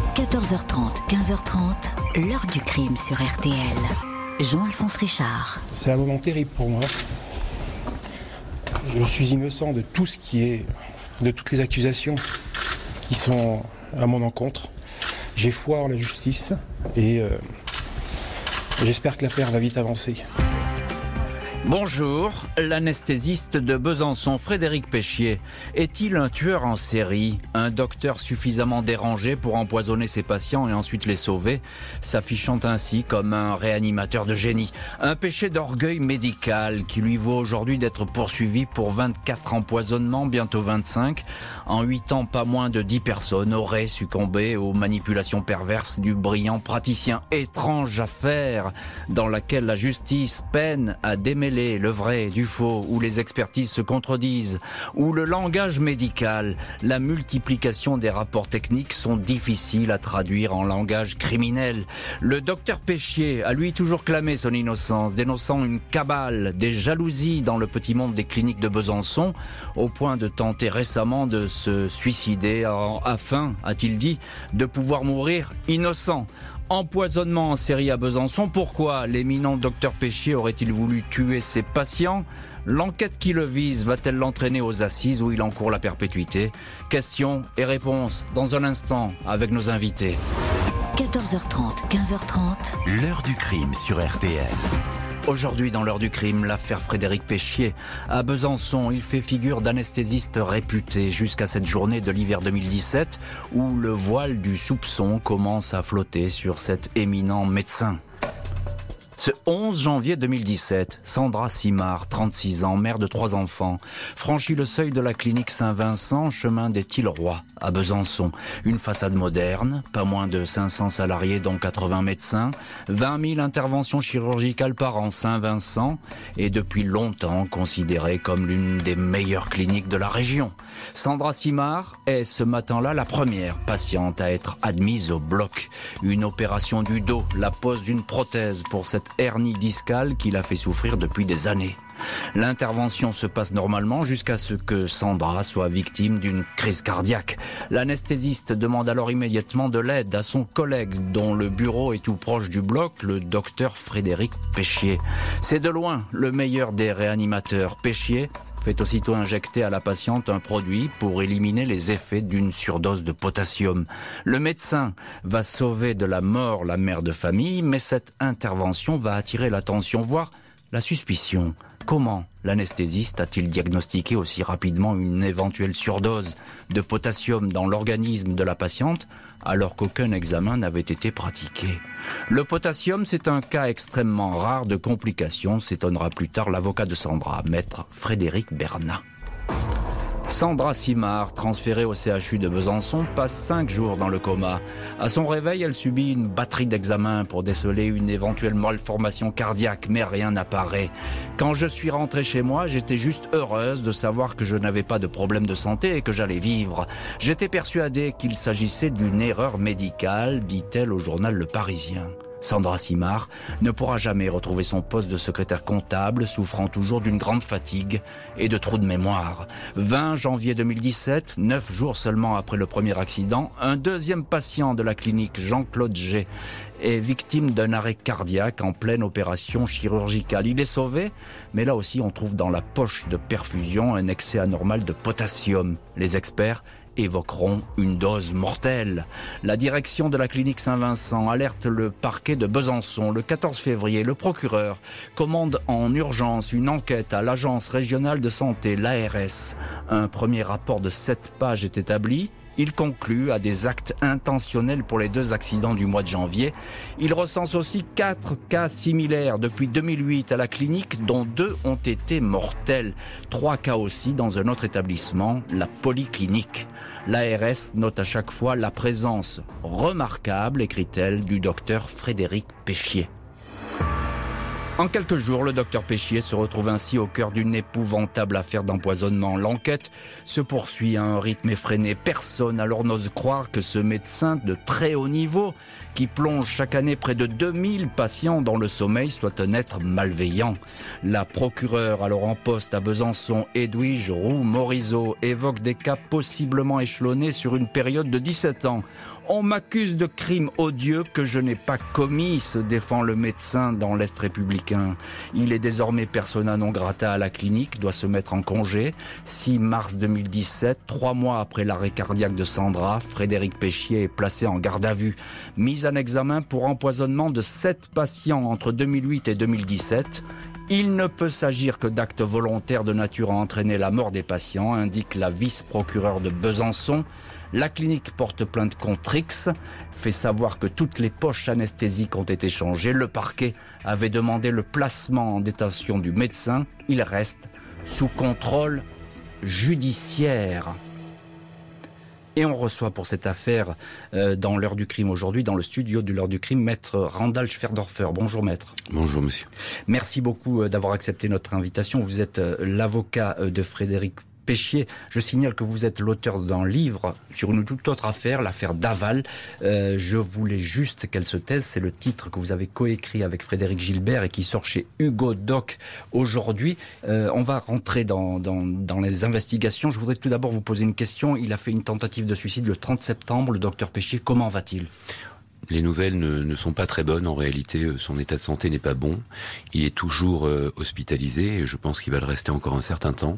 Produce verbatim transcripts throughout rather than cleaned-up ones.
quatorze heures trente, quinze heures trente, l'heure du crime sur R T L. Jean-Alphonse Richard. C'est un moment terrible pour moi. Je suis innocent de tout ce qui est, de toutes les accusations qui sont à mon encontre. J'ai foi en la justice et euh, j'espère que l'affaire va vite avancer. Bonjour, l'anesthésiste de Besançon, Frédéric Péchier. Est-il un tueur en série? Un docteur suffisamment dérangé pour empoisonner ses patients et ensuite les sauver, s'affichant ainsi comme un réanimateur de génie. Un péché d'orgueil médical qui lui vaut aujourd'hui d'être poursuivi pour vingt-quatre empoisonnements, bientôt vingt-cinq. En huit ans, pas moins de dix personnes auraient succombé aux manipulations perverses du brillant praticien. Étrange affaire dans laquelle la justice peine à démêler le vrai du faux, où les expertises se contredisent, où le langage médical, la multiplication des rapports techniques sont difficiles à traduire en langage criminel. Le docteur Péchier a lui toujours clamé son innocence, dénonçant une cabale, des jalousies dans le petit monde des cliniques de Besançon, au point de tenter récemment de se suicider en, afin, a-t-il dit, de pouvoir mourir innocent. Empoisonnement en série à Besançon, pourquoi l'éminent docteur Péchier aurait-il voulu tuer ses patients? L'enquête qui le vise va-t-elle l'entraîner aux assises où il encourt la perpétuité? Questions et réponses dans un instant avec nos invités. quatorze heures trente, quinze heures trente. L'heure du crime sur R T L. Aujourd'hui, dans l'heure du crime, l'affaire Frédéric Péchier. À Besançon, il fait figure d'anesthésiste réputé jusqu'à cette journée de l'hiver deux mille dix-sept où le voile du soupçon commence à flotter sur cet éminent médecin. Ce onze janvier deux mille dix-sept, Sandra Simard, trente-six ans, mère de trois enfants, franchit le seuil de la clinique Saint-Vincent, chemin des Tilleroy, à Besançon. Une façade moderne, pas moins de cinq cents salariés dont quatre-vingts médecins, vingt mille interventions chirurgicales par an. Saint-Vincent est depuis longtemps considérée comme l'une des meilleures cliniques de la région. Sandra Simard est ce matin-là la première patiente à être admise au bloc. Une opération du dos, la pose d'une prothèse pour cette hernie discale qui l'a fait souffrir depuis des années. L'intervention se passe normalement jusqu'à ce que Sandra soit victime d'une crise cardiaque. L'anesthésiste demande alors immédiatement de l'aide à son collègue dont le bureau est tout proche du bloc, le docteur Frédéric Péchier. C'est de loin le meilleur des réanimateurs. Péchier fait aussitôt injecter à la patiente un produit pour éliminer les effets d'une surdose de potassium. Le médecin va sauver de la mort la mère de famille, mais cette intervention va attirer l'attention, voire la suspicion. Comment l'anesthésiste a-t-il diagnostiqué aussi rapidement une éventuelle surdose de potassium dans l'organisme de la patiente alors qu'aucun examen n'avait été pratiqué? Le potassium, c'est un cas extrêmement rare de complications, s'étonnera plus tard l'avocat de Sandra, maître Frédéric Bernat. Sandra Simard, transférée au C H U de Besançon, passe cinq jours dans le coma. À son réveil, elle subit une batterie d'examens pour déceler une éventuelle malformation cardiaque, mais rien n'apparaît. Quand je suis rentrée chez moi, j'étais juste heureuse de savoir que je n'avais pas de problème de santé et que j'allais vivre. J'étais persuadée qu'il s'agissait d'une erreur médicale, dit-elle au journal Le Parisien. Sandra Simard ne pourra jamais retrouver son poste de secrétaire comptable, souffrant toujours d'une grande fatigue et de trous de mémoire. vingt janvier deux mille dix-sept, neuf jours seulement après le premier accident, un deuxième patient de la clinique, Jean-Claude G, est victime d'un arrêt cardiaque en pleine opération chirurgicale. Il est sauvé, mais là aussi on trouve dans la poche de perfusion un excès anormal de potassium. Les experts évoqueront une dose mortelle. La direction de la clinique Saint-Vincent alerte le parquet de Besançon. Le quatorze février, le procureur commande en urgence une enquête à l'agence régionale de santé, l'A R S. Un premier rapport de sept pages est établi. Il conclut à des actes intentionnels pour les deux accidents du mois de janvier. Il recense aussi quatre cas similaires depuis deux mille huit à la clinique, dont deux ont été mortels. Trois cas aussi dans un autre établissement, la polyclinique. L'A R S note à chaque fois la présence remarquable, écrit-elle, du docteur Frédéric Péchier. En quelques jours, le docteur Péchier se retrouve ainsi au cœur d'une épouvantable affaire d'empoisonnement. L'enquête se poursuit à un rythme effréné. Personne alors n'ose croire que ce médecin de très haut niveau, qui plonge chaque année près de deux mille patients dans le sommeil, soit un être malveillant. La procureure, alors en poste à Besançon, Edwige Roux-Morizot, évoque des cas possiblement échelonnés sur une période de dix-sept ans. On m'accuse de crimes odieux que je n'ai pas commis, se défend le médecin dans l'Est républicain. Il est désormais persona non grata à la clinique, doit se mettre en congé. six mars deux mille dix-sept, trois mois après l'arrêt cardiaque de Sandra, Frédéric Péchier est placé en garde à vue. Mise en examen pour empoisonnement de sept patients entre deux mille huit et deux mille dix-sept. Il ne peut s'agir que d'actes volontaires de nature à entraîner la mort des patients, indique la vice-procureure de Besançon. La clinique porte plainte contre X, fait savoir que toutes les poches anesthésiques ont été changées. Le parquet avait demandé le placement en détention du médecin. Il reste sous contrôle judiciaire. Et on reçoit pour cette affaire, euh, dans l'heure du crime aujourd'hui, dans le studio de l'heure du crime, maître Randall Schwerdorfer. Bonjour maître. Bonjour monsieur. Merci beaucoup euh, d'avoir accepté notre invitation. Vous êtes euh, l'avocat euh, de Frédéric Péchier. Je signale que vous êtes l'auteur d'un livre sur une toute autre affaire, l'affaire Daval. Euh, je voulais juste qu'elle se taise. C'est le titre que vous avez coécrit avec Frédéric Gilbert et qui sort chez Hugo Doc aujourd'hui. Euh, on va rentrer dans, dans, dans les investigations. Je voudrais tout d'abord vous poser une question. Il a fait une tentative de suicide le trente septembre. Le docteur Péchier, comment va-t-il ? Les nouvelles ne, ne sont pas très bonnes. En réalité, son état de santé n'est pas bon. Il est toujours euh, hospitalisé et je pense qu'il va le rester encore un certain temps.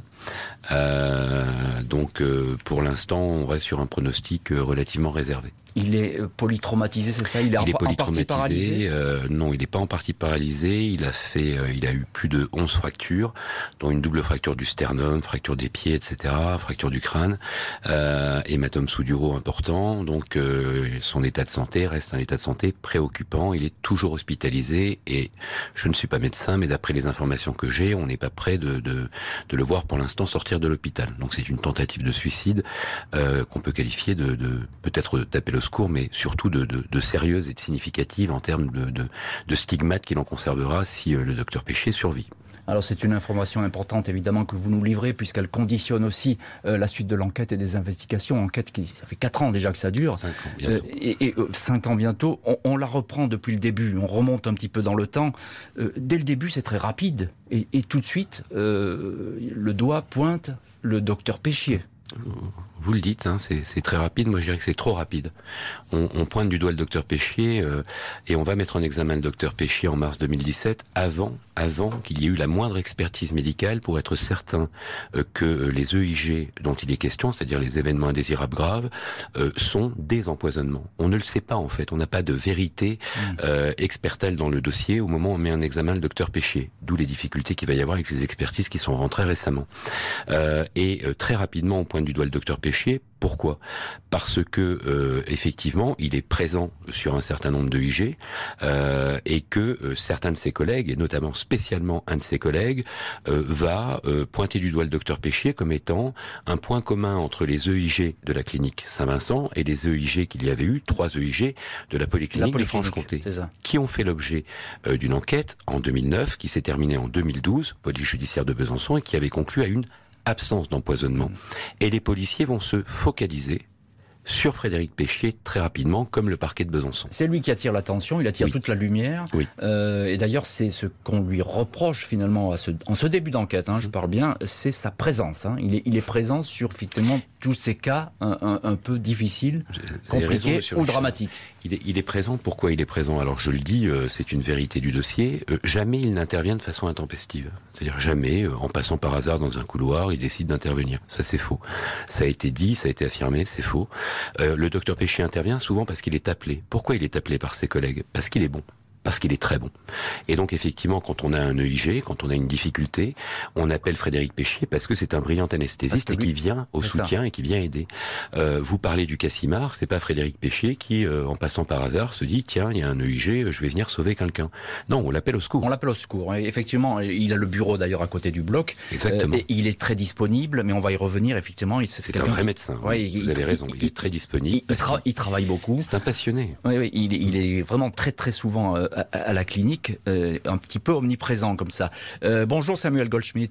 Euh, donc, euh, pour l'instant, on reste sur un pronostic euh, relativement réservé. Il est polytraumatisé, c'est ça ? Il est, il est en, en partie paralysé euh, Non, il n'est pas en partie paralysé. Il a fait, euh, il a eu plus de onze fractures, dont une double fracture du sternum, fracture des pieds, et cetera, fracture du crâne, euh, hématome sous-duro important. Donc, euh, son état de santé reste un état de santé préoccupant. Il est toujours hospitalisé et je ne suis pas médecin, mais d'après les informations que j'ai, on n'est pas prêt de, de, de le voir pour l'instant sortir de l'hôpital. Donc, c'est une tentative de suicide euh, qu'on peut qualifier de, de peut-être d'appel au secours, mais surtout de, de, de sérieuse et de significative en termes de, de, de stigmates qu'il en conservera si euh, le docteur Péchier survit. Alors c'est une information importante évidemment que vous nous livrez puisqu'elle conditionne aussi euh, la suite de l'enquête et des investigations. Enquête qui, ça fait quatre ans déjà que ça dure. Cinq ans bientôt. Euh, et, et euh, cinq ans bientôt. On, on la reprend depuis le début, on remonte un petit peu dans le temps. Euh, dès le début c'est très rapide et, et tout de suite euh, le doigt pointe le docteur Péchier. Vous le dites, hein, c'est, c'est très rapide. Moi, je dirais que c'est trop rapide. On, on pointe du doigt le docteur Péchier euh, et on va mettre en examen le docteur Péchier en mars deux mille dix-sept, avant, avant qu'il y ait eu la moindre expertise médicale pour être certain euh, que les E I G dont il est question, c'est-à-dire les événements indésirables graves, euh, sont des empoisonnements. On ne le sait pas en fait. On n'a pas de vérité euh, expertale dans le dossier au moment où on met en examen le docteur Péchier. D'où les difficultés qu'il va y avoir avec ces expertises qui sont rentrées récemment. Euh, et euh, très rapidement, on pointe du doigt le docteur Péchier. Pourquoi ? Parce que euh, effectivement, il est présent sur un certain nombre de I G euh, et que euh, certains de ses collègues, et notamment spécialement un de ses collègues, euh, va euh, pointer du doigt le docteur Péchier comme étant un point commun entre les E I G de la clinique Saint-Vincent et les E I G qu'il y avait eu, trois E I G de la polyclinique, la polyclinique de Franche-Comté, qui ont fait l'objet euh, d'une enquête en deux mille neuf qui s'est terminée en deux mille douze, police judiciaire de Besançon, et qui avait conclu à une absence d'empoisonnement. Et les policiers vont se focaliser sur Frédéric Péchier très rapidement, comme le parquet de Besançon. C'est lui qui attire l'attention, il attire oui. toute la lumière. Oui. Euh, et d'ailleurs, c'est ce qu'on lui reproche finalement à ce, en ce début d'enquête, hein, je parle bien, c'est sa présence. Hein. Il, est, il est présent sur finalement tous ces cas un, un, un peu difficiles, compliqués raison, ou dramatiques. Il est, il est présent. Pourquoi il est présent ? Alors je le dis, euh, c'est une vérité du dossier. Euh, jamais il n'intervient de façon intempestive. C'est-à-dire jamais, euh, en passant par hasard dans un couloir, il décide d'intervenir. Ça c'est faux. Ça a été dit, ça a été affirmé, c'est faux. Euh, le docteur Péchier intervient souvent parce qu'il est appelé. Pourquoi il est appelé par ses collègues ? Parce qu'il est bon. Parce qu'il est très bon. Et donc effectivement, quand on a un E I G, quand on a une difficulté, on appelle Frédéric Péchier parce que c'est un brillant anesthésiste et qui vient au soutien et qui vient aider. Euh, vous parlez du Cassimar, c'est pas Frédéric Péchier qui, euh, en passant par hasard, se dit tiens, il y a un E I G, je vais venir sauver quelqu'un. Non, on l'appelle au secours. On l'appelle au secours. Et effectivement, il a le bureau d'ailleurs à côté du bloc. Exactement. Euh, et il est très disponible, mais on va y revenir. Effectivement, c'est, c'est un vrai qui... médecin. Ouais, il, vous il, avez raison. Il, il est très disponible. Il, il, tra- il travaille beaucoup. C'est un passionné. Oui, oui. Il, il est vraiment très très souvent euh, à, à la clinique, euh, un petit peu omniprésent comme ça. Euh, bonjour Samuel Goldschmidt.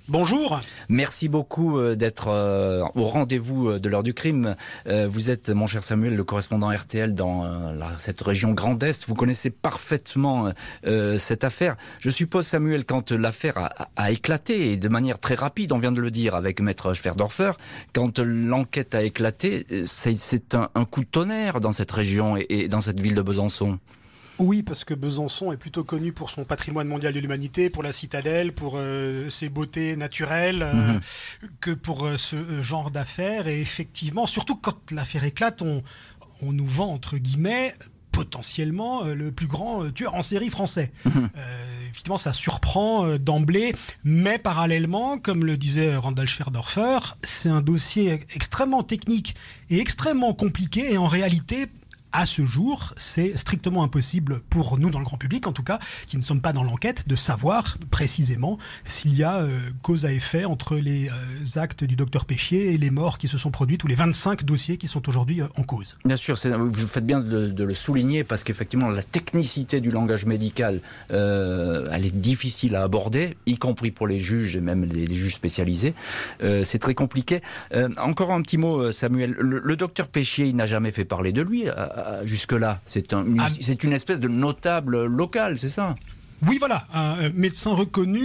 Bonjour. Merci beaucoup d'être au rendez-vous de l'heure du crime. Vous êtes, mon cher Samuel, le correspondant R T L dans cette région Grand Est. Vous connaissez parfaitement cette affaire. Je suppose, Samuel, quand l'affaire a, a éclaté, et de manière très rapide, on vient de le dire avec Maître Schwerdorfer, quand l'enquête a éclaté, c'est, c'est un, un coup de tonnerre dans cette région et, et dans cette ville de Besançon. Oui, parce que Besançon est plutôt connu pour son patrimoine mondial de l'humanité, pour la citadelle, pour euh, ses beautés naturelles, euh, mmh. que pour euh, ce genre d'affaires. Et effectivement, surtout quand l'affaire éclate, on, on nous vend, entre guillemets, potentiellement euh, le plus grand euh, tueur en série français. Mmh. Euh, effectivement, ça surprend euh, d'emblée, mais parallèlement, comme le disait Randall Schwerdorfer, c'est un dossier extrêmement technique et extrêmement compliqué, et en réalité, à ce jour, c'est strictement impossible pour nous, dans le grand public en tout cas, qui ne sommes pas dans l'enquête, de savoir précisément s'il y a euh, cause à effet entre les euh, actes du docteur Péchier et les morts qui se sont produites, ou les vingt-cinq dossiers qui sont aujourd'hui euh, en cause. Bien sûr, c'est, vous faites bien de, de le souligner, parce qu'effectivement, la technicité du langage médical, euh, elle est difficile à aborder, y compris pour les juges et même les, les juges spécialisés. Euh, c'est très compliqué. Euh, encore un petit mot, Samuel. Le, le docteur Péchier, il n'a jamais fait parler de lui. Euh, Jusque-là, c'est, un, ah. c'est une espèce de notable local, c'est ça ? Oui, voilà, un médecin reconnu,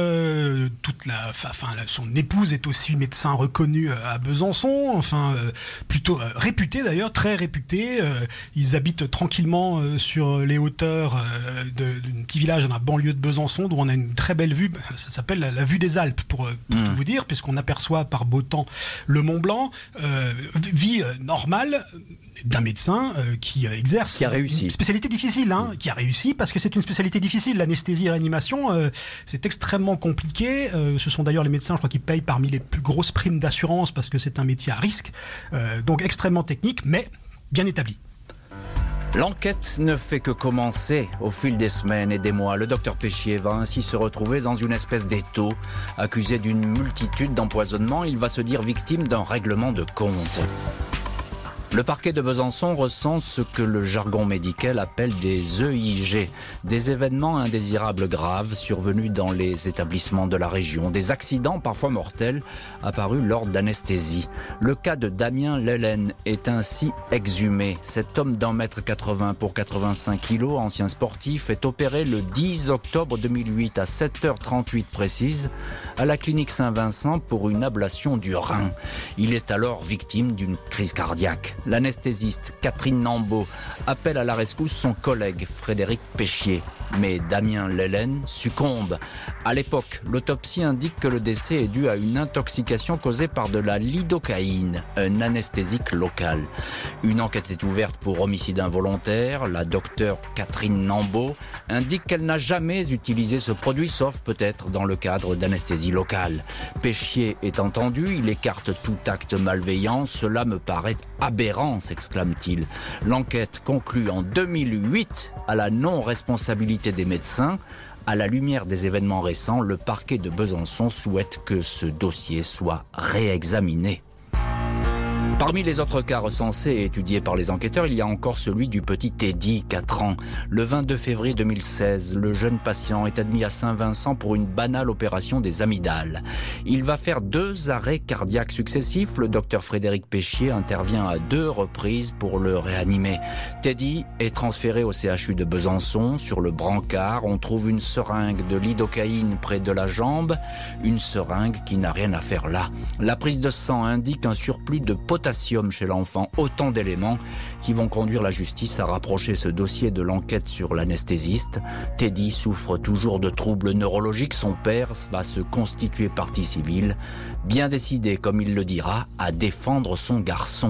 euh, toute la, enfin, son épouse est aussi médecin reconnu à Besançon, enfin, euh, plutôt euh, réputé d'ailleurs, très réputé. Euh, ils habitent tranquillement euh, sur les hauteurs euh, de, d'un petit village dans la banlieue de Besançon, dont on a une très belle vue, ça s'appelle la, la vue des Alpes, pour, pour mmh. tout vous dire, puisqu'on aperçoit par beau temps le Mont Blanc. Euh, vie euh, normale d'un médecin euh, qui exerce qui a réussi. Une spécialité difficile, hein, mmh. qui a réussi parce que c'est une spécialité difficile. L'anesthésie et réanimation, euh, c'est extrêmement compliqué. Euh, ce sont d'ailleurs les médecins, je crois, qui payent parmi les plus grosses primes d'assurance parce que c'est un métier à risque. Euh, donc extrêmement technique, mais bien établi. L'enquête ne fait que commencer au fil des semaines et des mois. Le docteur Péchier va ainsi se retrouver dans une espèce d'étau. Accusé d'une multitude d'empoisonnements, il va se dire victime d'un règlement de compte. Le parquet de Besançon recense ce que le jargon médical appelle des E I G, des événements indésirables graves survenus dans les établissements de la région, des accidents parfois mortels apparus lors d'anesthésie. Le cas de Damien Lellen est ainsi exhumé. Cet homme d'un mètre quatre-vingts pour quatre-vingt-cinq kilos, ancien sportif, est opéré le dix octobre deux mille huit à sept heures trente-huit précise à la clinique Saint-Vincent pour une ablation du rein. Il est alors victime d'une crise cardiaque. L'anesthésiste Catherine Nambeau appelle à la rescousse son collègue Frédéric Péchier. Mais Damien Lellen succombe. À l'époque, l'autopsie indique que le décès est dû à une intoxication causée par de la lidocaïne, un anesthésique local. Une enquête est ouverte pour homicide involontaire. La docteure Catherine Nambeau indique qu'elle n'a jamais utilisé ce produit, sauf peut-être dans le cadre d'anesthésie locale. Péchier est entendu, il écarte tout acte malveillant. Cela me paraît aberrant, s'exclame-t-il. L'enquête conclut en deux mille huit à la non-responsabilité des médecins. À la lumière des événements récents, le parquet de Besançon souhaite que ce dossier soit réexaminé. Parmi les autres cas recensés et étudiés par les enquêteurs, il y a encore celui du petit Teddy, quatre ans. Le vingt-deux février deux mille seize, le jeune patient est admis à Saint-Vincent pour une banale opération des amygdales. Il va faire deux arrêts cardiaques successifs. Le docteur Frédéric Péchier intervient à deux reprises pour le réanimer. Teddy est transféré au C H U de Besançon. Sur le brancard, on trouve une seringue de lidocaïne près de la jambe. Une seringue qui n'a rien à faire là. La prise de sang indique un surplus de potassium chez l'enfant, autant d'éléments qui vont conduire la justice à rapprocher ce dossier de l'enquête sur l'anesthésiste. Teddy souffre toujours de troubles neurologiques, son père va se constituer partie civile, bien décidé, comme il le dira, à défendre son garçon.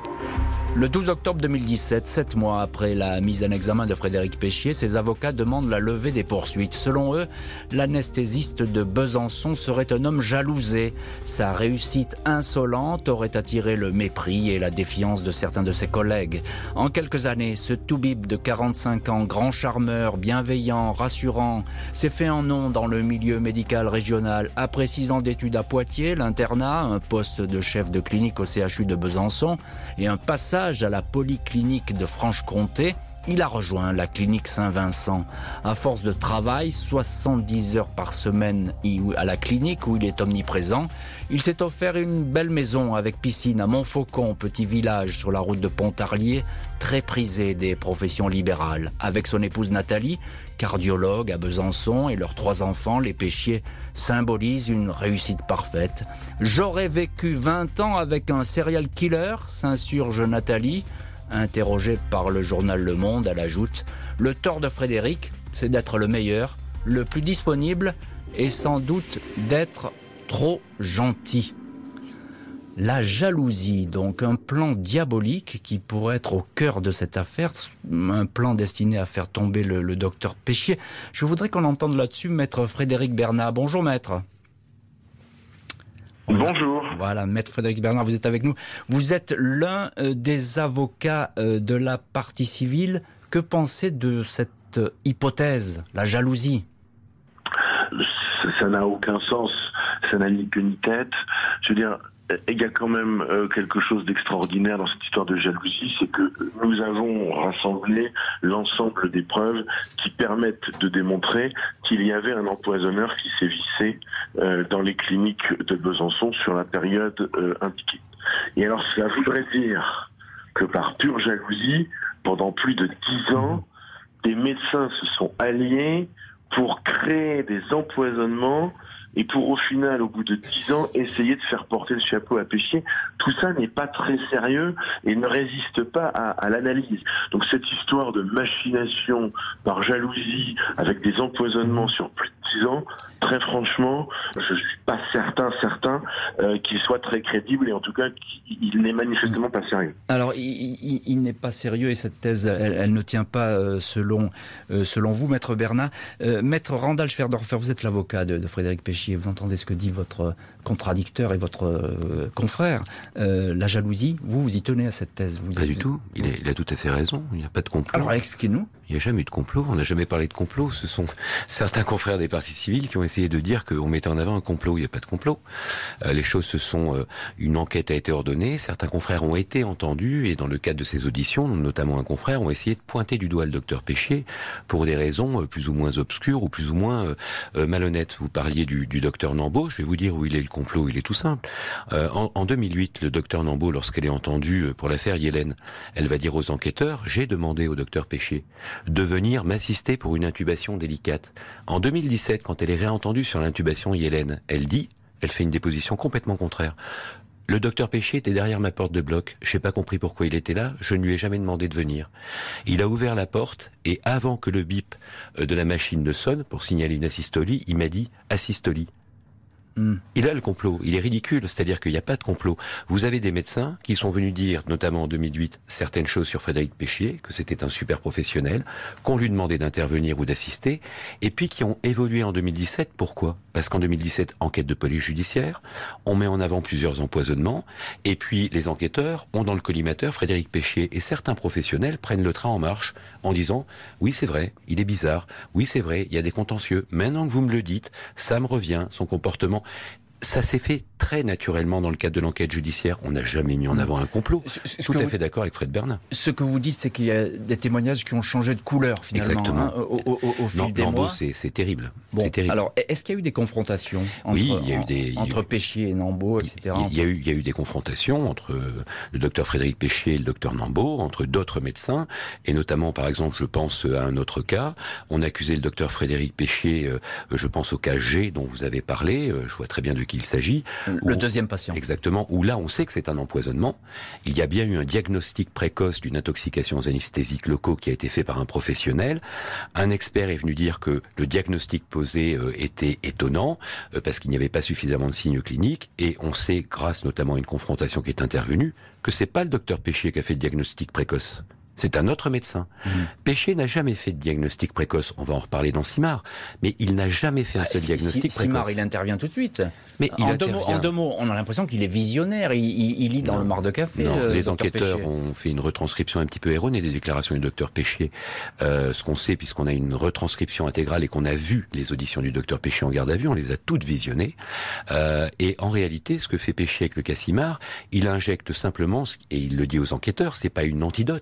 Le douze octobre deux mille dix-sept, sept mois après la mise en examen de Frédéric Péchier, ses avocats demandent la levée des poursuites. Selon eux, l'anesthésiste de Besançon serait un homme jalousé. Sa réussite insolente aurait attiré le mépris et la défiance de certains de ses collègues. En quelques années, ce toubib de quarante-cinq ans, grand charmeur, bienveillant, rassurant, s'est fait un nom dans le milieu médical régional. Après six ans d'études à Poitiers, l'internat, un poste de chef de clinique au C H U de Besançon et un passage à la polyclinique de Franche-Comté, il a rejoint la clinique Saint-Vincent. À force de travail, soixante-dix heures par semaine à la clinique où il est omniprésent, il s'est offert une belle maison avec piscine à Montfaucon, petit village sur la route de Pontarlier, très prisé des professions libérales. Avec son épouse Nathalie, cardiologue à Besançon, et leurs trois enfants, les Péchier symbolisent une réussite parfaite. J'aurais vécu vingt ans avec un serial killer, s'insurge Nathalie. Interrogée par le journal Le Monde, elle ajoute « Le tort de Frédéric, c'est d'être le meilleur, le plus disponible et sans doute d'être trop gentil. » La jalousie, donc un plan diabolique qui pourrait être au cœur de cette affaire, un plan destiné à faire tomber le, le docteur Péchier. Je voudrais qu'on entende là-dessus maître Frédéric Bernat. Bonjour maître. Bonjour. Voilà, maître Frédéric Bernat, vous êtes avec nous. Vous êtes l'un des avocats de la partie civile. Que pensez de cette hypothèse, la jalousie ? Ça n'a aucun sens, ça n'a ni queue ni tête. Je veux dire, il y a quand même quelque chose d'extraordinaire dans cette histoire de jalousie, c'est que nous avons rassemblé l'ensemble des preuves qui permettent de démontrer qu'il y avait un empoisonneur qui sévissait dans les cliniques de Besançon sur la période indiquée. Et alors cela voudrait dire que par pure jalousie, pendant plus de dix ans, des médecins se sont alliés pour créer des empoisonnements et pour au final, au bout de dix ans, essayer de faire porter le chapeau à Péchier. Tout ça n'est pas très sérieux et ne résiste pas à, à l'analyse. Donc cette histoire de machination par jalousie avec des empoisonnements sur plus de dix ans, très franchement, je suis pas certain, certain euh, qu'il soit très crédible et en tout cas, il n'est manifestement pas sérieux. Alors, il, il, il n'est pas sérieux et cette thèse, elle, elle ne tient pas euh, selon, euh, selon vous, maître Bernat. Euh, maître Randall Schwerdorfer, vous êtes l'avocat de, de Frédéric Péchier. Vous entendez ce que dit votre contradicteur et votre euh, confrère. Euh, la jalousie, vous, vous y tenez à cette thèse. Vous pas êtes... du tout. Il, est, il a tout à fait raison. Il n'y a pas de complot. Alors, expliquez-nous. Il n'y a jamais eu de complot. On n'a jamais parlé de complot. Ce sont certains confrères des partis civils qui ont essayé de dire qu'on mettait en avant un complot. Il n'y a pas de complot. Euh, les choses se sont... Euh, une enquête a été ordonnée. Certains confrères ont été entendus et dans le cadre de ces auditions, notamment un confrère, ont essayé de pointer du doigt le docteur Péchier pour des raisons euh, plus ou moins obscures ou plus ou moins euh, euh, malhonnêtes. Vous parliez du, du docteur Nambeau. Je vais vous dire où il est le complot. Il est tout simple. Euh, en, en deux mille huit, le docteur Nambeau, lorsqu'elle est entendue pour l'affaire Yélène, elle va dire aux enquêteurs, j'ai demandé au docteur Péchier de venir m'assister pour une intubation délicate. En deux mille dix-sept, quand elle est réentendue sur l'intubation Yélène, elle dit, elle fait une déposition complètement contraire. Le docteur Péchier était derrière ma porte de bloc. Je n'ai pas compris pourquoi il était là. Je ne lui ai jamais demandé de venir. Il a ouvert la porte et avant que le bip de la machine ne sonne pour signaler une asystolie, il m'a dit asystolie. Mm. Il a le complot, il est ridicule, c'est-à-dire qu'il n'y a pas de complot. Vous avez des médecins qui sont venus dire, notamment en deux mille huit, certaines choses sur Frédéric Péchier, que c'était un super professionnel, qu'on lui demandait d'intervenir ou d'assister, et puis qui ont évolué en deux mille dix-sept. Pourquoi ? Parce qu'en deux mille dix-sept, enquête de police judiciaire, on met en avant plusieurs empoisonnements, et puis les enquêteurs ont dans le collimateur Frédéric Péchier, et certains professionnels prennent le train en marche en disant « Oui, c'est vrai, il est bizarre, oui, c'est vrai, il y a des contentieux, maintenant que vous me le dites, ça me revient, son comportement... » Ça s'est fait très naturellement dans le cadre de l'enquête judiciaire. On n'a jamais mis en avant un complot. Ce, ce Tout à vous, fait d'accord avec Fred Bernat. Ce que vous dites, c'est qu'il y a des témoignages qui ont changé de couleur, finalement. Exactement. Hein, au, au, au, au fil non, des Nambeau, mois. C'est, c'est terrible. Bon, c'est terrible. Alors, est-ce qu'il y a eu des confrontations entre, oui, il y a eu des, entre eu, Péchier et Nambeau, et cetera. Il y, a eu, il y a eu des confrontations entre le docteur Frédéric Péchier et le docteur Nambeau, entre d'autres médecins, et notamment, par exemple, je pense à un autre cas. On accusait le docteur Frédéric Péchier, je pense au cas G dont vous avez parlé, je vois très bien de qui il s'agit. Le où, deuxième patient. Exactement, où là on sait que c'est un empoisonnement. Il y a bien eu un diagnostic précoce d'une intoxication aux anesthésiques locaux qui a été fait par un professionnel. Un expert est venu dire que le diagnostic posé euh, était étonnant euh, parce qu'il n'y avait pas suffisamment de signes cliniques et on sait, grâce notamment à une confrontation qui est intervenue, que c'est pas le docteur Péchier qui a fait le diagnostic précoce. C'est un autre médecin. Mmh. Péchier n'a jamais fait de diagnostic précoce. On va en reparler dans Simard. Mais il n'a jamais fait un seul ah, diagnostic si, précoce. Simard, il intervient tout de suite. Mais il en, intervient... deux mots, en deux mots, on a l'impression qu'il est visionnaire. Il, il, il lit dans non, le mar de café. Non, euh, les enquêteurs Péchier. ont fait une retranscription un petit peu erronée des déclarations du docteur Péchier. Euh, ce qu'on sait, puisqu'on a une retranscription intégrale et qu'on a vu les auditions du docteur Péchier en garde à vue, on les a toutes visionnées. Euh, et en réalité, ce que fait Péchier avec le cas Simard, il injecte simplement, et il le dit aux enquêteurs, c'est pas une antidote qu'il injecte.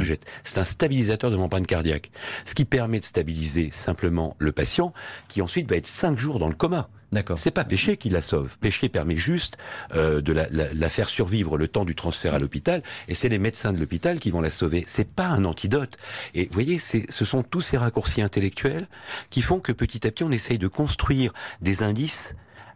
projette. C'est un stabilisateur de membrane cardiaque. Ce qui permet de stabiliser simplement le patient, qui ensuite va être cinq jours dans le coma. D'accord. C'est pas Péchier qui la sauve. Péchier permet juste euh, de la, la, la faire survivre le temps du transfert à l'hôpital, et c'est les médecins de l'hôpital qui vont la sauver. C'est pas un antidote. Et vous voyez, c'est, ce sont tous ces raccourcis intellectuels qui font que petit à petit on essaye de construire des indices.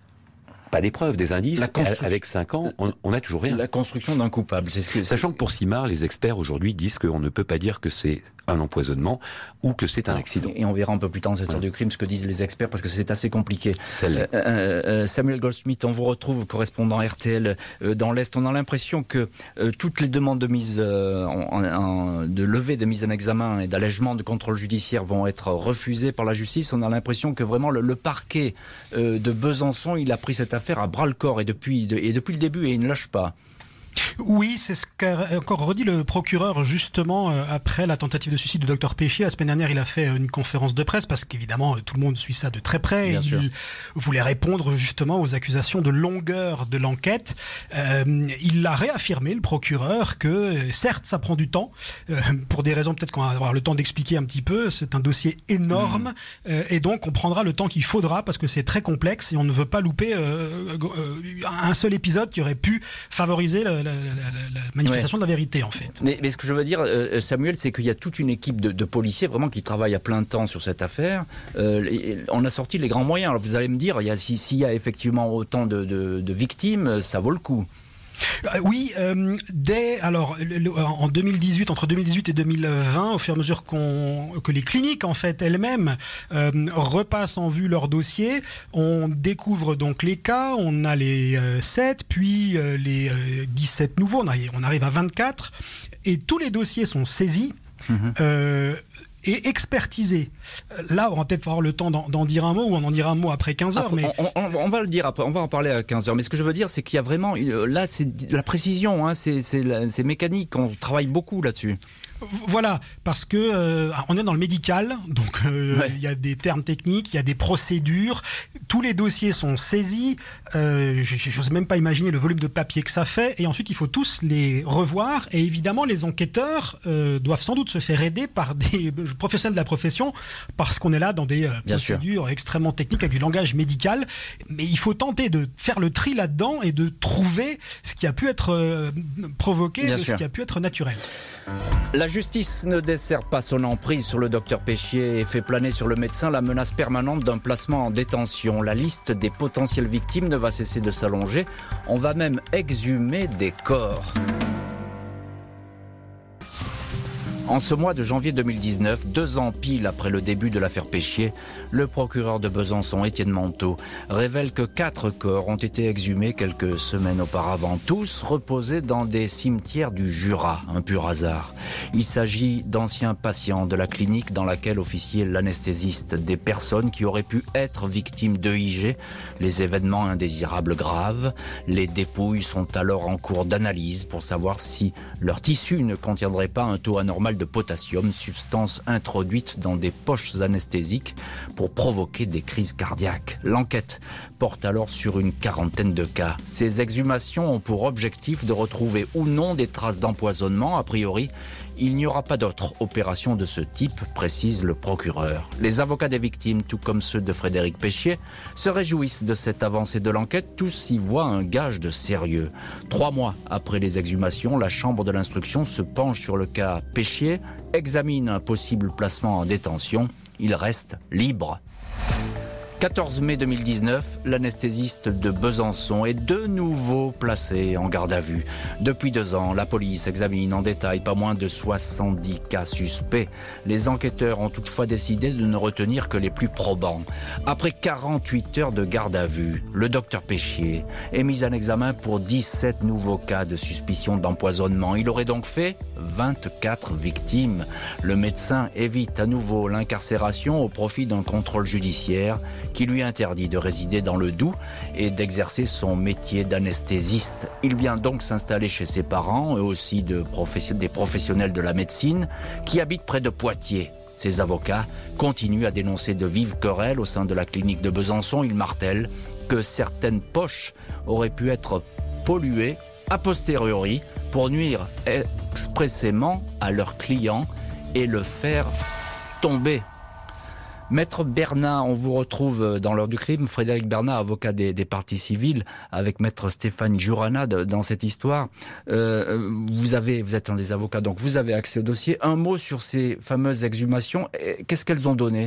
Pas des preuves, des indices. Construction... Avec cinq ans, on n'a toujours rien. La construction d'un coupable. C'est ce que, Sachant que pour Simard, les experts aujourd'hui disent qu'on ne peut pas dire que c'est un empoisonnement ou que c'est un accident. Et on verra un peu plus tard dans cette heure ouais. du crime ce que disent les experts, parce que c'est assez compliqué. Euh, euh, Samuel Goldsmith, on vous retrouve correspondant R T L euh, dans l'Est. On a l'impression que euh, toutes les demandes de mise euh, en, en, de levée de mise en examen et d'allègement de contrôle judiciaire vont être refusées par la justice. On a l'impression que vraiment le, le parquet euh, de Besançon, il a pris cette affaire à bras le corps et depuis, de, et depuis le début, et il ne lâche pas. Oui, c'est ce qu'a encore redit le procureur justement euh, après la tentative de suicide du docteur Péchier. La semaine dernière, il a fait une conférence de presse parce qu'évidemment, tout le monde suit ça de très près. Bien il sûr. voulait répondre justement aux accusations de longueur de l'enquête. Euh, il a réaffirmé, le procureur, que certes, ça prend du temps. Euh, pour des raisons peut-être qu'on va avoir le temps d'expliquer un petit peu. C'est un dossier énorme mmh. euh, et donc on prendra le temps qu'il faudra parce que c'est très complexe et on ne veut pas louper euh, euh, un seul épisode qui aurait pu favoriser le La, la, la, la manifestation ouais. de la vérité en fait. Mais, mais ce que je veux dire, euh, Samuel, c'est qu'il y a toute une équipe de, de policiers vraiment qui travaillent à plein temps sur cette affaire. Euh, et, on a sorti les grands moyens. Alors vous allez me dire, il y a, s'il si y a effectivement autant de, de, de victimes, ça vaut le coup. Euh, oui, euh, dès alors le, le, en deux mille dix-huit, entre deux mille dix-huit et deux mille vingt, au fur et à mesure qu'on, que les cliniques en fait elles-mêmes euh, repassent en vue leur dossier, on découvre donc les cas, on a les euh, sept, puis euh, les euh, dix-sept nouveaux, on, a, on arrive à vingt-quatre, et tous les dossiers sont saisis. Mmh. Euh, et expertisé. Là, on va peut-être avoir le temps d'en, d'en dire un mot, ou on en dira un mot après quinze heures. Ah, mais... on, on, on va le dire après, on va en parler à quinze heures. Mais ce que je veux dire, c'est qu'il y a vraiment... Là, c'est de la précision, hein, c'est, c'est, c'est mécanique, on travaille beaucoup là-dessus. Voilà, parce que euh, on est dans le médical, donc euh, ouais. il y a des termes techniques, il y a des procédures, tous les dossiers sont saisis, euh, j'ose même pas imaginer le volume de papier que ça fait, et ensuite il faut tous les revoir, et évidemment les enquêteurs euh, doivent sans doute se faire aider par des professionnels de la profession, parce qu'on est là dans des euh, procédures sûr. extrêmement techniques avec du langage médical, mais il faut tenter de faire le tri là-dedans et de trouver ce qui a pu être euh, provoqué, de ce qui a pu être naturel. La justice ne dessert pas son emprise sur le docteur Péchier et fait planer sur le médecin la menace permanente d'un placement en détention. La liste des potentielles victimes ne va cesser de s'allonger. On va même exhumer des corps. En ce mois de janvier deux mille dix-neuf, deux ans pile après le début de l'affaire Péchier, le procureur de Besançon, Étienne Manteau, révèle que quatre corps ont été exhumés quelques semaines auparavant, tous reposés dans des cimetières du Jura, un pur hasard. Il s'agit d'anciens patients de la clinique dans laquelle officiait l'anesthésiste, des personnes qui auraient pu être victimes d'E I G, les événements indésirables graves. Les dépouilles sont alors en cours d'analyse pour savoir si leur tissu ne contiendrait pas un taux anormal de potassium, substance introduite dans des poches anesthésiques pour provoquer des crises cardiaques. L'enquête porte alors sur une quarantaine de cas. Ces exhumations ont pour objectif de retrouver ou non des traces d'empoisonnement. A priori, il n'y aura pas d'autre opération de ce type, précise le procureur. Les avocats des victimes, tout comme ceux de Frédéric Péchier, se réjouissent de cette avancée de l'enquête. Tous y voient un gage de sérieux. Trois mois après les exhumations, la chambre de l'instruction se penche sur le cas Péchier, examine un possible placement en détention. Il reste libre. quatorze mai deux mille dix-neuf, l'anesthésiste de Besançon est de nouveau placé en garde à vue. Depuis deux ans, la police examine en détail pas moins de soixante-dix cas suspects. Les enquêteurs ont toutefois décidé de ne retenir que les plus probants. Après quarante-huit heures de garde à vue, le docteur Péchier est mis en examen pour dix-sept nouveaux cas de suspicion d'empoisonnement. Il aurait donc fait vingt-quatre victimes. Le médecin évite à nouveau l'incarcération au profit d'un contrôle judiciaire qui lui interdit de résider dans le Doubs et d'exercer son métier d'anesthésiste. Il vient donc s'installer chez ses parents, eux aussi de profession- des professionnels de la médecine, qui habitent près de Poitiers. Ses avocats continuent à dénoncer de vives querelles au sein de la clinique de Besançon. Ils martèlent que certaines poches auraient pu être polluées a posteriori pour nuire expressément à leurs clients et le faire tomber. Maître Bernat, on vous retrouve dans l'heure du crime. Frédéric Bernat, avocat des, des parties civiles, avec Maître Stéphane Jurana dans cette histoire. Euh, vous avez, vous êtes un des avocats, donc vous avez accès au dossier. Un mot sur ces fameuses exhumations. Qu'est-ce qu'elles ont donné ?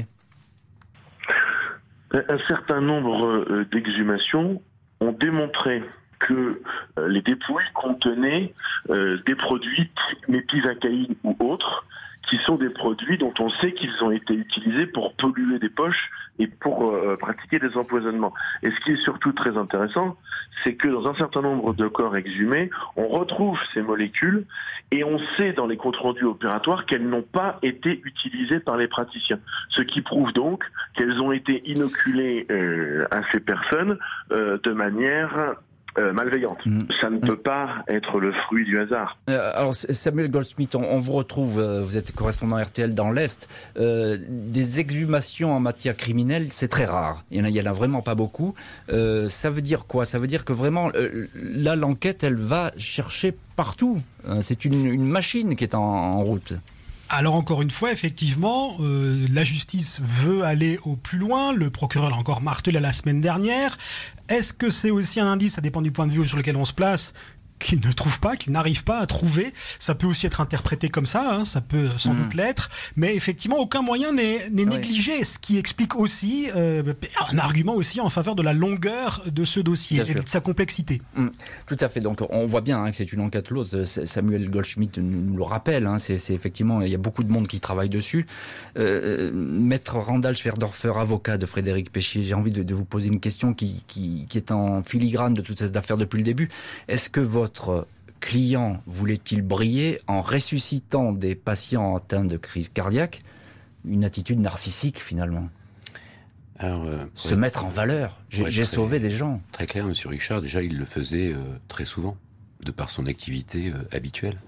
Un certain nombre d'exhumations ont démontré que les dépouilles contenaient des produits méthylacaïne ou autres, qui sont des produits dont on sait qu'ils ont été utilisés pour polluer des poches et pour euh, pratiquer des empoisonnements. Et ce qui est surtout très intéressant, c'est que dans un certain nombre de corps exhumés, on retrouve ces molécules et on sait dans les comptes rendus opératoires qu'elles n'ont pas été utilisées par les praticiens. Ce qui prouve donc qu'elles ont été inoculées euh, à ces personnes euh, de manière... Euh, malveillante. Mmh. Ça ne peut pas être le fruit du hasard. Euh, alors Samuel Goldsmith, on, on vous retrouve, euh, vous êtes correspondant R T L dans l'Est. Euh, des exhumations en matière criminelle, c'est très rare. Il y en a, il y en a vraiment pas beaucoup. Euh, ça veut dire quoi ? Ça veut dire que vraiment, euh, là, l'enquête, elle va chercher partout. Euh, c'est une, une machine qui est en, en route. Alors encore une fois, effectivement, euh, la justice veut aller au plus loin. Le procureur l'a encore martelé la semaine dernière. Est-ce que c'est aussi un indice, ça dépend du point de vue sur lequel on se place, qu'il ne trouve pas, qu'il n'arrive pas à trouver? Ça peut aussi être interprété comme ça, hein, ça peut sans mmh. doute l'être, mais effectivement aucun moyen n'est, n'est oui. négligé, ce qui explique aussi euh, un argument aussi en faveur de la longueur de ce dossier bien et sûr. De sa complexité. Mmh. Tout à fait, donc on voit bien hein, que c'est une enquête lourde. Samuel Goldschmidt nous le rappelle, hein, c'est, c'est effectivement, il y a beaucoup de monde qui travaille dessus. Euh, Maître Randall Schwerdorfer, avocat de Frédéric Péchier, j'ai envie de, de vous poser une question qui, qui, qui est en filigrane de toute cette affaire depuis le début. Est-ce que votre Votre client voulait-il briller en ressuscitant des patients atteints de crise cardiaque? Une attitude narcissique finalement. Alors, euh, Se être, mettre en valeur. J'ai, j'ai très, sauvé des gens. Très clair, Monsieur Richard. Déjà, il le faisait euh, très souvent, de par son activité euh, habituelle.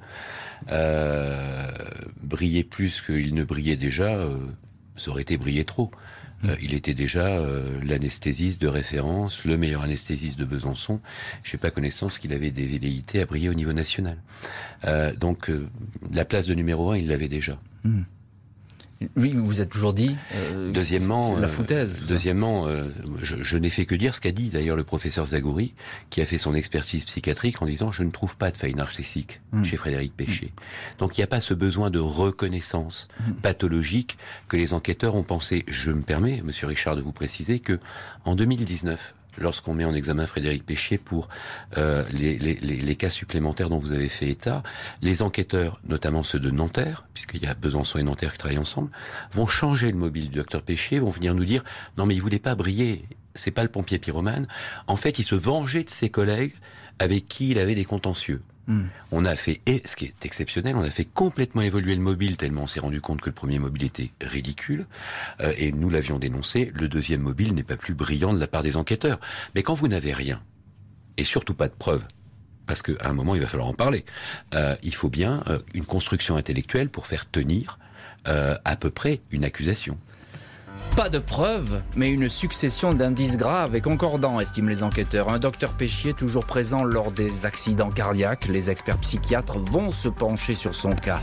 Euh, briller plus qu'il ne brillait déjà, euh, ça aurait été briller trop. Euh, il était déjà euh, l'anesthésiste de référence, le meilleur anesthésiste de Besançon. Je n'ai pas connaissance qu'il avait des velléités à briller au niveau national. Euh, donc, euh, la place de numéro un, il l'avait déjà. Mmh. Oui, vous vous êtes toujours dit. Euh, deuxièmement, c'est, c'est la foutaise. Euh, deuxièmement, euh, je, je n'ai fait que dire ce qu'a dit d'ailleurs le professeur Zagouri, qui a fait son expertise psychiatrique en disant je ne trouve pas de faille narcissique mmh. chez Frédéric Péchier. Mmh. Donc il n'y a pas ce besoin de reconnaissance mmh. pathologique que les enquêteurs ont pensé. Je me permets, Monsieur Richard, de vous préciser que en deux mille dix-neuf. Lorsqu'on met en examen Frédéric Péchier pour euh, les, les, les, les cas supplémentaires dont vous avez fait état, les enquêteurs, notamment ceux de Nanterre, puisqu'il y a Besançon et Nanterre qui travaillent ensemble, vont changer le mobile du docteur Péchier, vont venir nous dire « Non mais il voulait pas briller, c'est pas le pompier pyromane ». En fait, il se vengeait de ses collègues avec qui il avait des contentieux. Mmh. On a fait, et ce qui est exceptionnel, on a fait complètement évoluer le mobile tellement on s'est rendu compte que le premier mobile était ridicule, euh, et nous l'avions dénoncé, le deuxième mobile n'est pas plus brillant de la part des enquêteurs. Mais quand vous n'avez rien, et surtout pas de preuves, parce qu'à un moment il va falloir en parler, euh, il faut bien euh, une construction intellectuelle pour faire tenir euh, à peu près une accusation. Pas de preuves, mais une succession d'indices graves et concordants, estiment les enquêteurs. Un docteur Péchier toujours présent lors des accidents cardiaques. Les experts psychiatres vont se pencher sur son cas.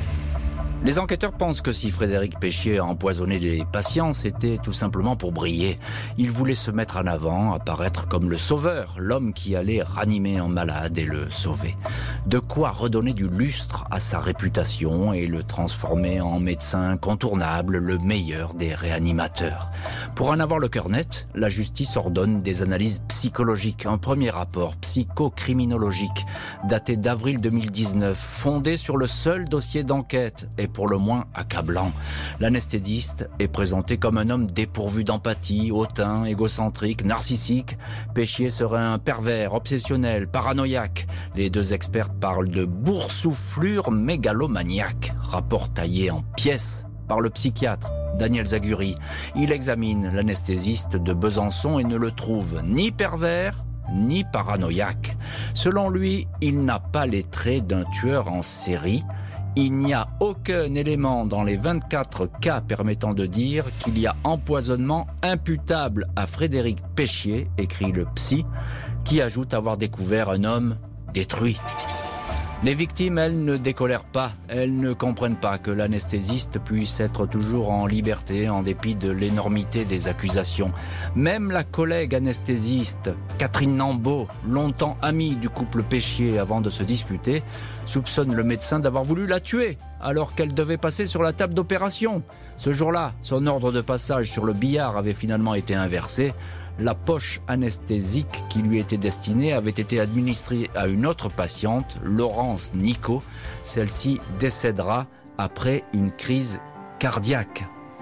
Les enquêteurs pensent que si Frédéric Péchier a empoisonné des patients, c'était tout simplement pour briller. Il voulait se mettre en avant, apparaître comme le sauveur, l'homme qui allait ranimer un malade et le sauver. De quoi redonner du lustre à sa réputation et le transformer en médecin incontournable, le meilleur des réanimateurs. Pour en avoir le cœur net, la justice ordonne des analyses psychologiques. Un premier rapport psychocriminologique daté d'avril deux mille dix-neuf, fondé sur le seul dossier d'enquête et pour le moins accablant. L'anesthésiste est présenté comme un homme dépourvu d'empathie, hautain, égocentrique, narcissique. Péchier serait un pervers, obsessionnel, paranoïaque. Les deux experts parlent de boursouflure mégalomaniaque, rapport taillé en pièces par le psychiatre Daniel Zagury. Il examine l'anesthésiste de Besançon et ne le trouve ni pervers, ni paranoïaque. Selon lui, il n'a pas les traits d'un tueur en série. Il n'y a aucun élément dans les vingt-quatre cas permettant de dire qu'il y a empoisonnement imputable à Frédéric Péchier, écrit le psy, qui ajoute avoir découvert un homme détruit. Les victimes, elles, ne décolèrent pas. Elles ne comprennent pas que l'anesthésiste puisse être toujours en liberté en dépit de l'énormité des accusations. Même la collègue anesthésiste, Catherine Nambeau, longtemps amie du couple Péchier avant de se disputer, soupçonne le médecin d'avoir voulu la tuer alors qu'elle devait passer sur la table d'opération. Ce jour-là, son ordre de passage sur le billard avait finalement été inversé. La poche anesthésique qui lui était destinée avait été administrée à une autre patiente, Laurence Nicot. Celle-ci décédera après une crise cardiaque.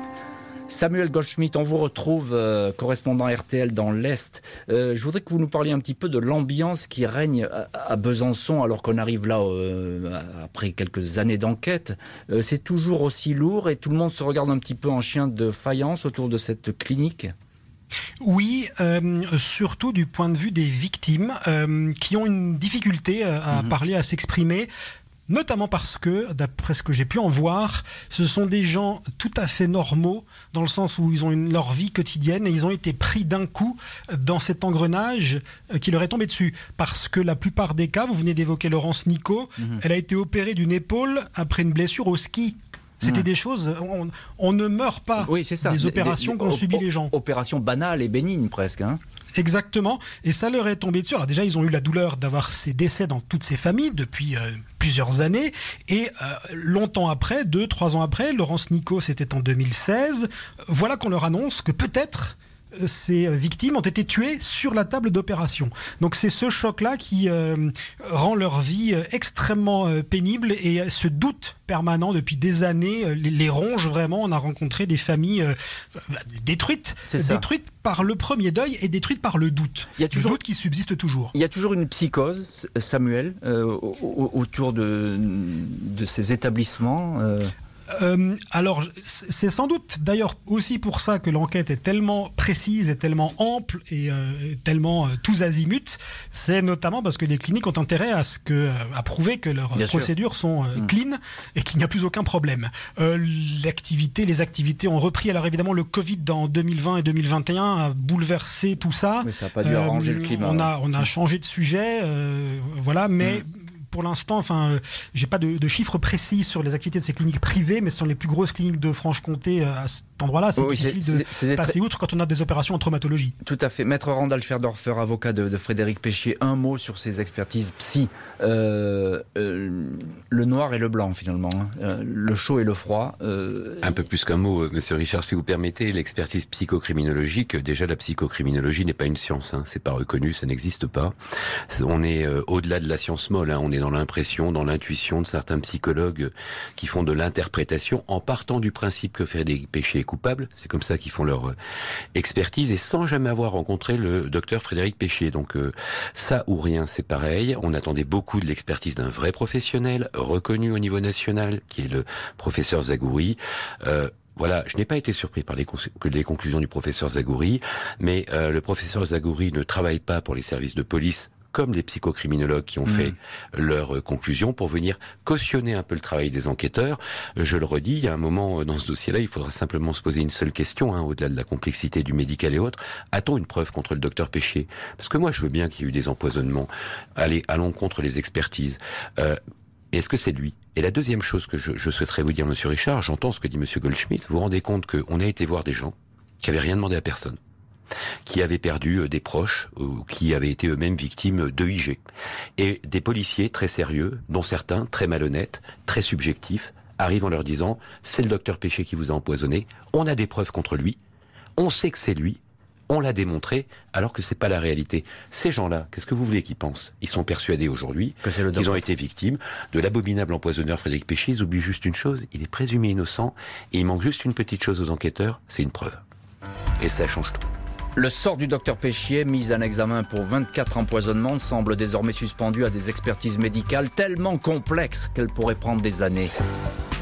Samuel Goldschmidt, on vous retrouve euh, correspondant R T L dans l'Est. Euh, je voudrais que vous nous parliez un petit peu de l'ambiance qui règne à, à Besançon alors qu'on arrive là euh, après quelques années d'enquête. Euh, c'est toujours aussi lourd et tout le monde se regarde un petit peu en chien de faïence autour de cette clinique. Oui, euh, surtout du point de vue des victimes euh, qui ont une difficulté à mmh. parler, à s'exprimer. Notamment parce que, d'après ce que j'ai pu en voir, ce sont des gens tout à fait normaux, dans le sens où ils ont une, leur vie quotidienne et ils ont été pris d'un coup dans cet engrenage qui leur est tombé dessus. Parce que la plupart des cas, vous venez d'évoquer Laurence Nicot, mmh. elle a été opérée d'une épaule après une blessure au ski. C'était mmh. des choses, on, on ne meurt pas oui, c'est ça. des opérations qu'ont subi les gens. Opérations banales et bénignes presque. Hein. Exactement, et ça leur est tombé dessus. Alors déjà, ils ont eu la douleur d'avoir ces décès dans toutes ces familles depuis euh, plusieurs années, et euh, longtemps après, deux, trois ans après, Laurence Nicot, c'était en deux mille seize, voilà qu'on leur annonce que peut-être ces victimes ont été tuées sur la table d'opération. Donc c'est ce choc-là qui euh, rend leur vie extrêmement euh, pénible et ce doute permanent depuis des années euh, les, les ronge vraiment. On a rencontré des familles euh, détruites, détruites par le premier deuil et détruites par le doute. Il y a toujours, le doute qui subsiste toujours. Il y a toujours une psychose, Samuel, euh, autour de, de ces établissements euh... Euh, alors, c'est sans doute d'ailleurs aussi pour ça que l'enquête est tellement précise et tellement ample et euh, tellement euh, tous azimuts. C'est notamment parce que les cliniques ont intérêt à, ce que, à prouver que leurs Bien procédures sûr. sont euh, mmh. clean et qu'il n'y a plus aucun problème. Euh, l'activité, les activités ont repris. Alors évidemment, le Covid dans deux mille vingt et deux mille vingt et un a bouleversé tout ça. Mais ça n'a pas dû arranger euh, le climat. On a, on a changé de sujet, euh, voilà, mais... Mmh. Pour l'instant, enfin, euh, j'ai pas de, de chiffres précis sur les activités de ces cliniques privées, mais ce sont les plus grosses cliniques de Franche-Comté euh, à cet endroit-là. C'est oui, difficile c'est, de c'est, c'est passer très... outre quand on a des opérations en traumatologie. Tout à fait. Maître Randall Schwerdorfer, avocat de, de Frédéric Péchier, un mot sur ces expertises psy. Euh, euh, le noir et le blanc, finalement. Hein. Euh, le chaud et le froid. Euh... Un peu plus qu'un mot, Monsieur Richard, si vous permettez. L'expertise psychocriminologique, déjà la psychocriminologie n'est pas une science. Hein. C'est pas reconnu, ça n'existe pas. On est euh, au-delà de la science molle. Hein. On est dans l'impression, dans l'intuition de certains psychologues qui font de l'interprétation en partant du principe que Frédéric Péchier est coupable. C'est comme ça qu'ils font leur expertise et sans jamais avoir rencontré le docteur Frédéric Péchier. Donc euh, ça ou rien, c'est pareil. On attendait beaucoup de l'expertise d'un vrai professionnel reconnu au niveau national, qui est le professeur Zagouri. Euh, Voilà, je n'ai pas été surpris par les, con- les conclusions du professeur Zagouri, mais euh, le professeur Zagouri ne travaille pas pour les services de police comme les psychocriminologues qui ont mmh. fait leurs conclusions pour venir cautionner un peu le travail des enquêteurs. Je le redis, il y a un moment dans ce dossier-là, il faudra simplement se poser une seule question, hein, au-delà de la complexité du médical et autres. A-t-on une preuve contre le docteur Péchier ? Parce que moi, je veux bien qu'il y ait eu des empoisonnements. Allez, allons contre les expertises. Euh, Est-ce que c'est lui ? Et la deuxième chose que je, je souhaiterais vous dire, Monsieur Richard, j'entends ce que dit Monsieur Goldschmidt, vous vous rendez compte qu'on a été voir des gens qui avaient rien demandé à personne, qui avaient perdu des proches ou qui avaient été eux-mêmes victimes d'E I G. Et des policiers très sérieux, dont certains très malhonnêtes, très subjectifs, arrivent en leur disant « c'est le docteur Péchier qui vous a empoisonné, on a des preuves contre lui, on sait que c'est lui, on l'a démontré, alors que c'est pas la réalité. » Ces gens-là, qu'est-ce que vous voulez qu'ils pensent ? Ils sont persuadés aujourd'hui que c'est le qu'ils ont été victimes de l'abominable empoisonneur Frédéric Péchier. Ils oublient juste une chose, il est présumé innocent, et il manque juste une petite chose aux enquêteurs, c'est une preuve. Et ça change tout. Le sort du docteur Péchier, mis en examen pour vingt-quatre empoisonnements, semble désormais suspendu à des expertises médicales tellement complexes qu'elles pourraient prendre des années.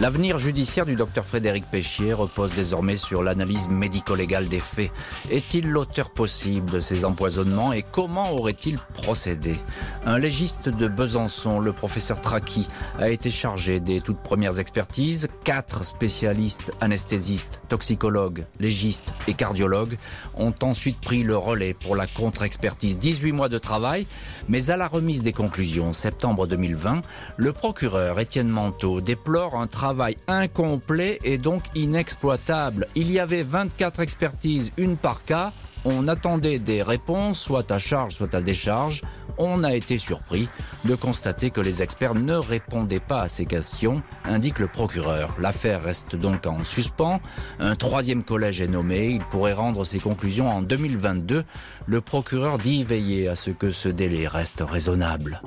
L'avenir judiciaire du docteur Frédéric Péchier repose désormais sur l'analyse médico-légale des faits. Est-il l'auteur possible de ces empoisonnements et comment aurait-il procédé ? Un légiste de Besançon, le professeur Traki, a été chargé des toutes premières expertises. Quatre spécialistes anesthésistes, toxicologues, légistes et cardiologues ont ensuite pris le relais pour la contre-expertise. dix-huit mois de travail, mais à la remise des conclusions, septembre deux mille vingt, le procureur Étienne Manteau déplore un travail incomplet et donc inexploitable. Il y avait vingt-quatre expertises, une par cas. On attendait des réponses, soit à charge, soit à décharge. On a été surpris de constater que les experts ne répondaient pas à ces questions, indique le procureur. L'affaire reste donc en suspens. Un troisième collège est nommé. Il pourrait rendre ses conclusions en deux mille vingt-deux. Le procureur dit veiller à ce que ce délai reste raisonnable.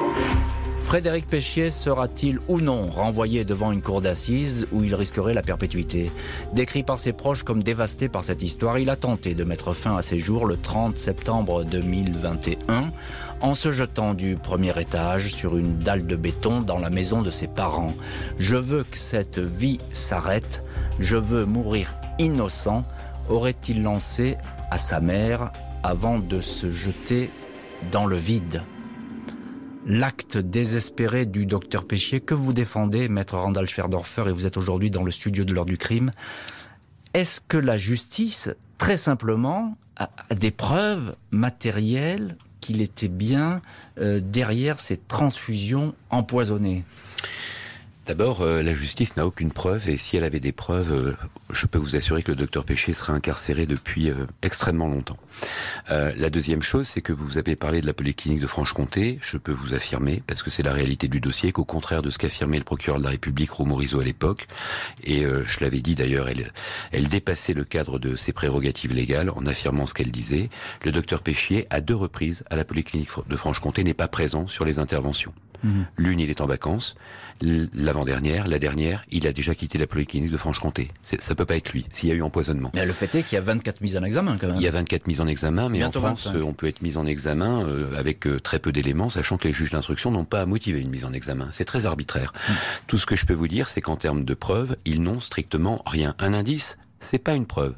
Frédéric Péchier sera-t-il ou non renvoyé devant une cour d'assises où il risquerait la perpétuité ? Décrit par ses proches comme dévasté par cette histoire, il a tenté de mettre fin à ses jours le trente septembre deux mille vingt et un en se jetant du premier étage sur une dalle de béton dans la maison de ses parents. « Je veux que cette vie s'arrête, je veux mourir innocent », aurait-il lancé à sa mère avant de se jeter dans le vide. L'acte désespéré du docteur Péchier que vous défendez, maître Randall Schwerdorfer, et vous êtes aujourd'hui dans le studio de l'heure du crime. Est-ce que la justice, très simplement, a des preuves matérielles qu'il était bien euh, derrière ces transfusions empoisonnées ? D'abord, euh, la justice n'a aucune preuve, et si elle avait des preuves, euh, je peux vous assurer que le docteur Péchier serait incarcéré depuis euh, extrêmement longtemps. Euh, la deuxième chose, c'est que vous avez parlé de la polyclinique de Franche-Comté. Je peux vous affirmer, parce que c'est la réalité du dossier, qu'au contraire de ce qu'affirmait le procureur de la République, Romorizot, à l'époque, et euh, je l'avais dit d'ailleurs, elle, elle dépassait le cadre de ses prérogatives légales en affirmant ce qu'elle disait. Le docteur Péchier, à deux reprises, à la polyclinique de Franche-Comté, n'est pas présent sur les interventions. Mmh. L'une, il est en vacances. L'avant-dernière, la dernière, il a déjà quitté la polyclinique de Franche-Comté. C'est, ça peut pas être lui, s'il y a eu empoisonnement. Mais le fait est qu'il y a vingt-quatre mises en examen, quand même. Il y a vingt-quatre mises en examen, mais bientôt en France, vingt-cinq. On peut être mis en examen euh, avec euh, très peu d'éléments, sachant que les juges d'instruction n'ont pas à motiver une mise en examen. C'est très arbitraire. Mmh. Tout ce que je peux vous dire, c'est qu'en termes de preuves, ils n'ont strictement rien. Un indice, c'est pas une preuve.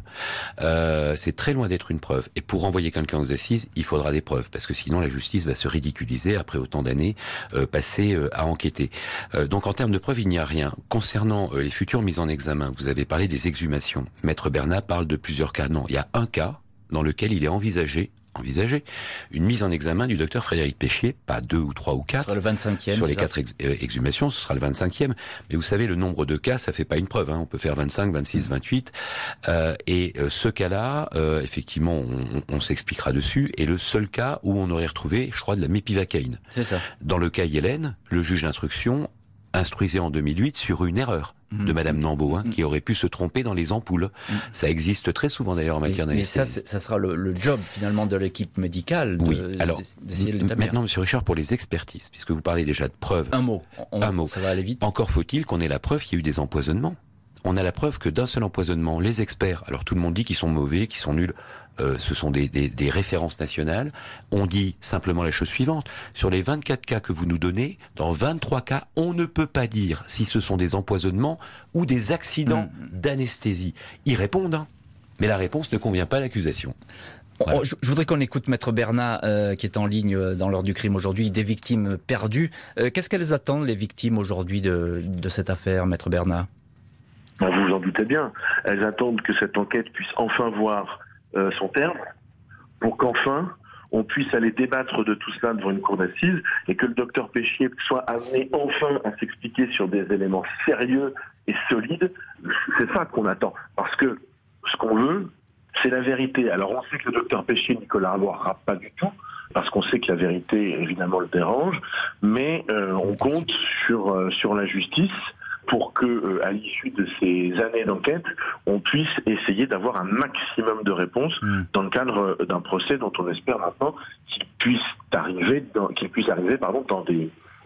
Euh, c'est très loin d'être une preuve. Et pour renvoyer quelqu'un aux assises, il faudra des preuves, parce que sinon la justice va se ridiculiser après autant d'années euh, passées euh, à enquêter. Euh, donc en termes de preuves, il n'y a rien. Concernant euh, les futures mises en examen, vous avez parlé des exhumations. Maître Bernat parle de plusieurs cas. Non, il y a un cas dans lequel il est envisagé envisager une mise en examen du docteur Frédéric Péchier, pas deux ou trois ou quatre. Ce sera le vingt-cinquième. Sur les quatre ex- euh, exhumations, ce sera le vingt-cinquième. Mais vous savez, le nombre de cas, ça fait pas une preuve. Hein. On peut faire vingt-cinq, vingt-six, vingt-huit. Euh, et euh, ce cas-là, euh, effectivement, on, on s'expliquera dessus. Et le seul cas où on aurait retrouvé, je crois, de la mépivacaïne. C'est ça. Dans le cas Yellen, le juge d'instruction instruisait en deux mille huit sur une erreur de Madame Nambeau, hein, mmh. qui aurait pu se tromper dans les ampoules. Mmh. Ça existe très souvent d'ailleurs en matière d'anesthésie. Mais ça, ça sera le, le job finalement de l'équipe médicale de, oui. Alors, d'essayer de l'établir. Maintenant, Monsieur Richard, pour les expertises, puisque vous parlez déjà de preuves. Un mot. On, un mot. Ça va aller vite. Encore faut-il qu'on ait la preuve qu'il y a eu des empoisonnements. On a la preuve que d'un seul empoisonnement, les experts, alors tout le monde dit qu'ils sont mauvais, qu'ils sont nuls, euh, ce sont des, des, des références nationales, on dit simplement la chose suivante, sur les vingt-quatre cas que vous nous donnez, dans vingt-trois cas, on ne peut pas dire si ce sont des empoisonnements ou des accidents mmh. d'anesthésie. Ils répondent, hein, mais la réponse ne convient pas à l'accusation. Voilà. Je voudrais qu'on écoute Maître Bernat, euh, qui est en ligne dans l'heure du crime aujourd'hui, des victimes perdues. Euh, qu'est-ce qu'elles attendent, les victimes, aujourd'hui, de, de cette affaire, Maître Bernat ? Vous vous en doutez bien. Elles attendent que cette enquête puisse enfin voir euh, son terme, pour qu'enfin on puisse aller débattre de tout cela devant une cour d'assises et que le docteur Péchier soit amené enfin à s'expliquer sur des éléments sérieux et solides. C'est ça qu'on attend. Parce que ce qu'on veut, c'est la vérité. Alors on sait que le docteur Péchier, Nicolas Arloire, rappe pas du tout, parce qu'on sait que la vérité, évidemment, le dérange, mais euh, on compte sur, euh, sur la justice pour que, euh, à l'issue de ces années d'enquête, on puisse essayer d'avoir un maximum de réponses mmh. dans le cadre d'un procès dont on espère maintenant qu'il puisse arriver, dans, qu'il puisse arriver, pardon, dans des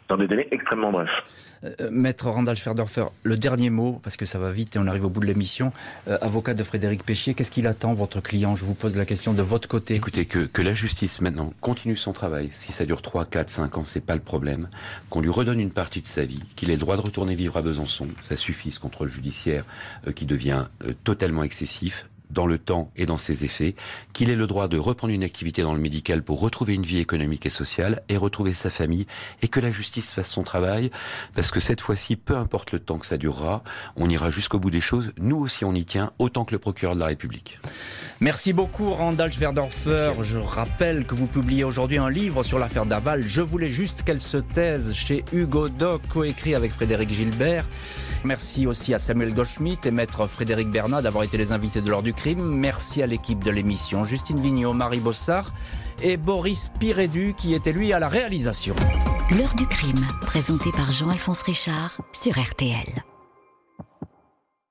dans des délais extrêmement brefs. Euh, Maître Randall Schwerdorfer, le dernier mot, parce que ça va vite et on arrive au bout de l'émission. Euh, avocat de Frédéric Péchier, qu'est-ce qu'il attend, votre client? Je vous pose la question de votre côté. Écoutez, que, que la justice maintenant continue son travail. Si ça dure trois, quatre, cinq ans, c'est pas le problème. Qu'on lui redonne une partie de sa vie, qu'il ait le droit de retourner vivre à Besançon. Ça suffit, ce contrôle judiciaire euh, qui devient euh, totalement excessif dans le temps et dans ses effets, qu'il ait le droit de reprendre une activité dans le médical pour retrouver une vie économique et sociale et retrouver sa famille, et que la justice fasse son travail, parce que cette fois-ci, peu importe le temps que ça durera, on ira jusqu'au bout des choses. Nous aussi, on y tient, autant que le procureur de la République. Merci beaucoup, Randall Schwerdorfer. Je rappelle que vous publiez aujourd'hui un livre sur l'affaire Daval. Je voulais juste qu'elle se taise, chez Hugo Doc, coécrit avec Frédéric Gilbert. Merci aussi à Samuel Goldschmidt et Maître Frédéric Bernat d'avoir été les invités de l'heure du crime. Merci à l'équipe de l'émission, Justine Vignot, Marie Bossard et Boris Pirédu qui était lui à la réalisation. L'heure du crime, présenté par Jean-Alphonse Richard sur R T L.